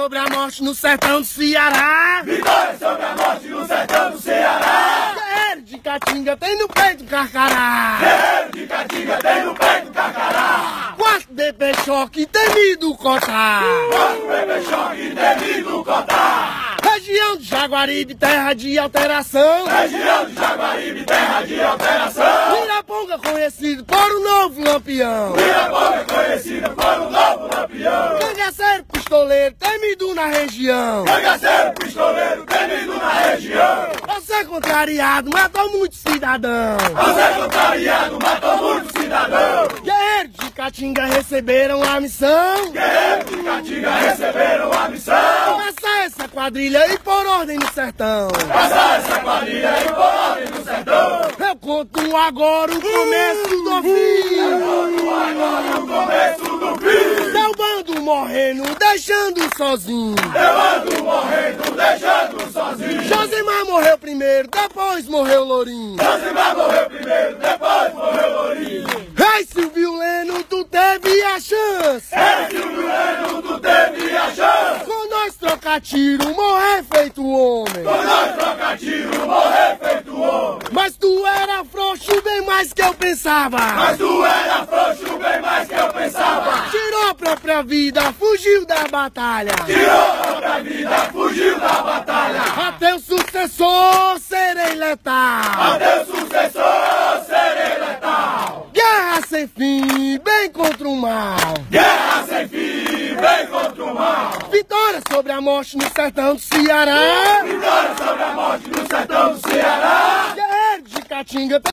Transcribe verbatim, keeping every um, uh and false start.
sobre a morte no sertão do Ceará. Vitória sobre a morte no sertão do Ceará. Guerreiro de Caatinga tem no peito um carcará. Guerreiro de Caatinga tem no peito carcará. Quarto D P choque temido Cotá. Quarto D P choque temido Cotá. Região de Jaguaribe, terra de alteração. Região de Jaguaribe, terra de alteração. Iraponga conhecido por um novo lampião. Iraponga conhecido por um novo lampião. Cangaceiro pistoleiro temido na região. Cangaceiro pistoleiro temido na região. Você contrariado matou muitos cidadãos. Você contrariado matou muitos cidadãos. Guerreiros de Caatinga receberam a missão. Guerreiros de Caatinga receberam a missão. Passar essa quadrilha e por ordem no sertão. Passar essa quadrilha e por ordem no sertão. Eu conto agora o começo do fim. Eu conto agora o começo do fim. Seu bando morrendo, deixando sozinho. Eu ando morrendo, deixando sozinho. Josimar morreu primeiro, depois morreu Lourinho. Josimar morreu primeiro, depois morreu Lourinho. Ei, Silvio Leno, tu teve a chance. Ei, Silvio Leno, tu teve a chance. Com nós trocar tiro, morrer feito homem. Com nós trocar tiro, morrer feito homem. Mas tu era frouxo bem mais que eu pensava. Mas tu era frouxo bem mais que eu pensava. Tirou a própria vida, fugiu da batalha. Tirou a própria vida, fugiu da batalha. A teu sucessor serei letal. A teu sucessor serei letal. Guerra sem fim, bem contra o mal. Guerra sem fim, bem contra o mal. Vitória sobre a morte no sertão do Ceará. Vitória sobre a morte no sertão do Ceará. Guerreiro de Caatinga